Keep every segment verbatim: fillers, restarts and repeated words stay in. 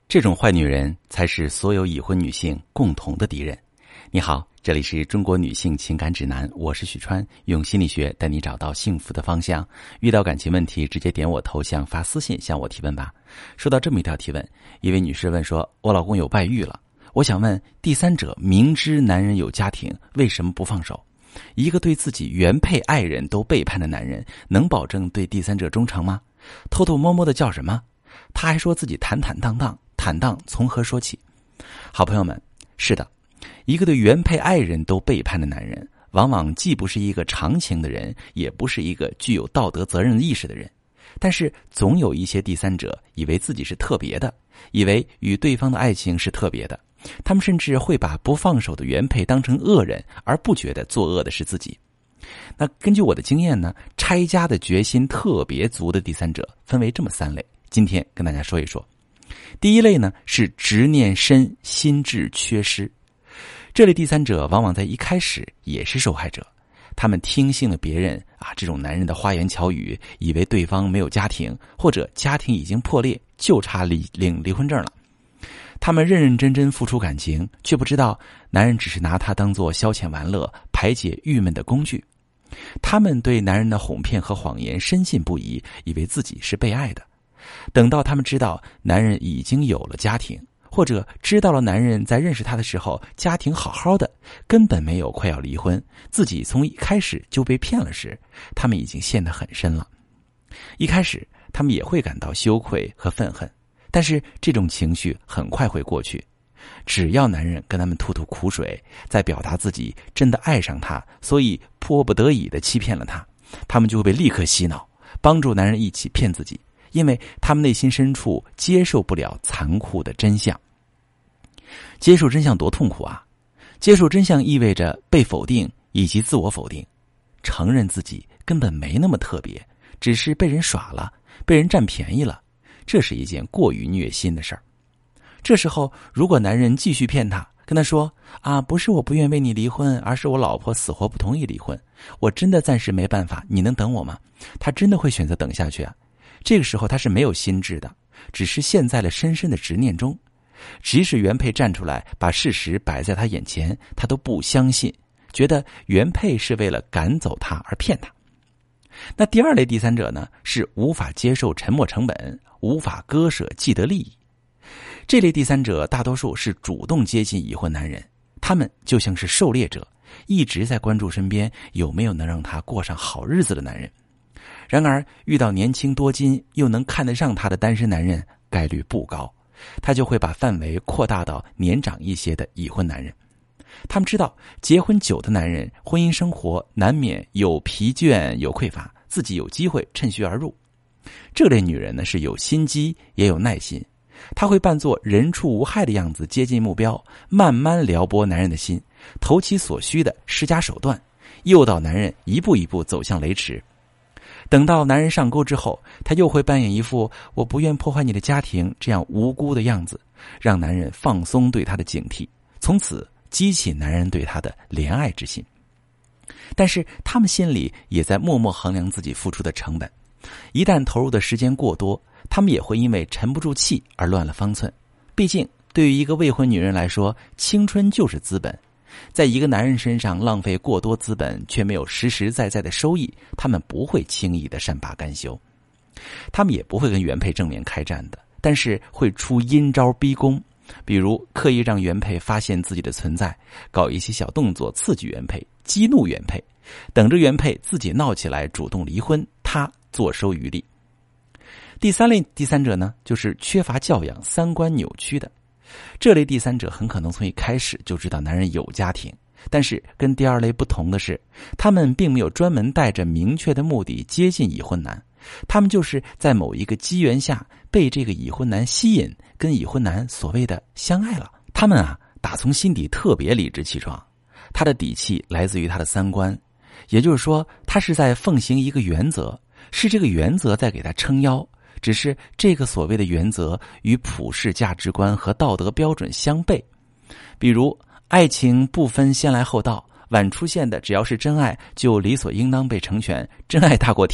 这种坏女人才是所有已婚女性共同的敌人。你好，这里是中国女性情感指南，我是许川，用心理学带你找到幸福的方向。遇到感情问题，直接点我头像发私信向我提问吧。收到这么一条提问，一位女士问说，我老公有外遇了，我想问，第三者明知男人有家庭，为什么不放手？一个对自己原配爱人都背叛的男人，能保证对第三者忠诚吗？偷偷摸摸的叫什么？他还说自己坦坦荡荡，坦荡从何说起？好朋友们，是的，一个对原配爱人都背叛的男人，往往既不是一个长情的人，也不是一个具有道德责任意识的人。但是总有一些第三者以为自己是特别的，以为与对方的爱情是特别的，他们甚至会把不放手的原配当成恶人，而不觉得作恶的是自己。那根据我的经验呢，拆家的决心特别足的第三者分为这么三类，今天跟大家说一说。第一类呢是执念深、心智缺失。这类第三者往往在一开始也是受害者，他们听信了别人啊这种男人的花言巧语，以为对方没有家庭，或者家庭已经破裂，就差离领离婚证了。他们认认真真付出感情，却不知道男人只是拿他当作消遣玩乐、排解郁闷的工具。他们对男人的哄骗和谎言深信不疑，以为自己是被爱的。等到他们知道男人已经有了家庭，或者知道了男人在认识他的时候家庭好好的，根本没有快要离婚，自己从一开始就被骗了时，他们已经陷得很深了。一开始他们也会感到羞愧和愤恨，但是这种情绪很快会过去。只要男人跟他们吐吐苦水，在表达自己真的爱上他，所以迫不得已的欺骗了他，他们就会被立刻洗脑，帮助男人一起骗自己，因为他们内心深处接受不了残酷的真相。接受真相多痛苦啊！接受真相意味着被否定以及自我否定，承认自己根本没那么特别，只是被人耍了，被人占便宜了，这是一件过于虐心的事儿。这时候如果男人继续骗他，跟他说啊，不是我不愿为你离婚，而是我老婆死活不同意离婚，我真的暂时没办法，你能等我吗？他真的会选择等下去啊。这个时候他是没有心智的，只是陷在了深深的执念中。即使原配站出来把事实摆在他眼前，他都不相信，觉得原配是为了赶走他而骗他。那第二类第三者呢，是无法接受沉没成本，无法割舍既得利益。这类第三者大多数是主动接近已婚男人，他们就像是狩猎者，一直在关注身边有没有能让他过上好日子的男人。然而遇到年轻多金又能看得上他的单身男人概率不高，他就会把范围扩大到年长一些的已婚男人。他们知道结婚久的男人婚姻生活难免有疲倦有匮乏，自己有机会趁虚而入。这类女人呢是有心机也有耐心，她会扮作人畜无害的样子接近目标，慢慢撩拨男人的心，投其所需的施加手段，诱导男人一步一步走向雷池。等到男人上钩之后，他又会扮演一副我不愿破坏你的家庭这样无辜的样子，让男人放松对他的警惕，从此激起男人对他的怜爱之心。但是他们心里也在默默衡量自己付出的成本，一旦投入的时间过多，他们也会因为沉不住气而乱了方寸。毕竟对于一个未婚女人来说，青春就是资本，在一个男人身上浪费过多资本却没有实实在在的收益，他们不会轻易的善罢甘休。他们也不会跟原配正面开战的，但是会出阴招逼宫，比如刻意让原配发现自己的存在，搞一些小动作刺激原配，激怒原配，等着原配自己闹起来主动离婚，他坐收渔利。第三类第三者呢，就是缺乏教养、三观扭曲的。这类第三者很可能从一开始就知道男人有家庭，但是跟第二类不同的是，他们并没有专门带着明确的目的接近已婚男，他们就是在某一个机缘下被这个已婚男吸引，跟已婚男所谓的相爱了。他们啊，打从心底特别理直气壮，他的底气来自于他的三观，也就是说他是在奉行一个原则，是这个原则在给他撑腰，只是这个所谓的原则与普世价值观和道德标准相悖。比如爱情不分先来后到，晚出现的只要是真爱就理所应当被成全，真爱大过天。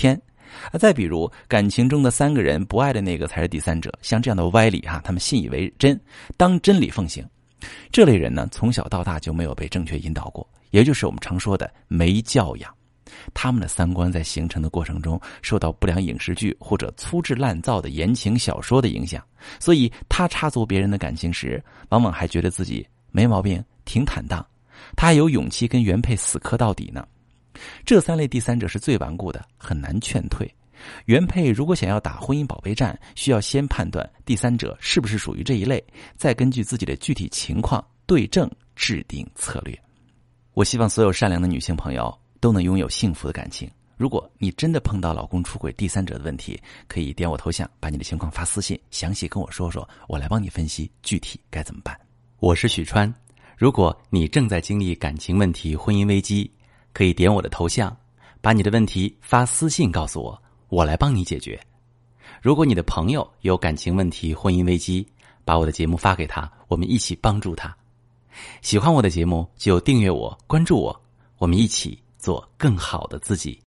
啊，再比如感情中的三个人不爱的那个才是第三者，像这样的歪理哈、啊，他们信以为真，当真理奉行。这类人呢，从小到大就没有被正确引导过，也就是我们常说的没教养。他们的三观在形成的过程中受到不良影视剧或者粗制滥造的言情小说的影响，所以他插足别人的感情时，往往还觉得自己没毛病，挺坦荡，他还有勇气跟原配死磕到底呢。这三类第三者是最顽固的，很难劝退。原配如果想要打婚姻保卫战，需要先判断第三者是不是属于这一类，再根据自己的具体情况对症制定策略。我希望所有善良的女性朋友都能拥有幸福的感情。如果你真的碰到老公出轨第三者的问题，可以点我头像，把你的情况发私信，详细跟我说说，我来帮你分析具体该怎么办。我是许川，如果你正在经历感情问题、婚姻危机，可以点我的头像，把你的问题发私信告诉我，我来帮你解决。如果你的朋友有感情问题、婚姻危机，把我的节目发给他，我们一起帮助他。喜欢我的节目就订阅我、关注我，我们一起做更好的自己。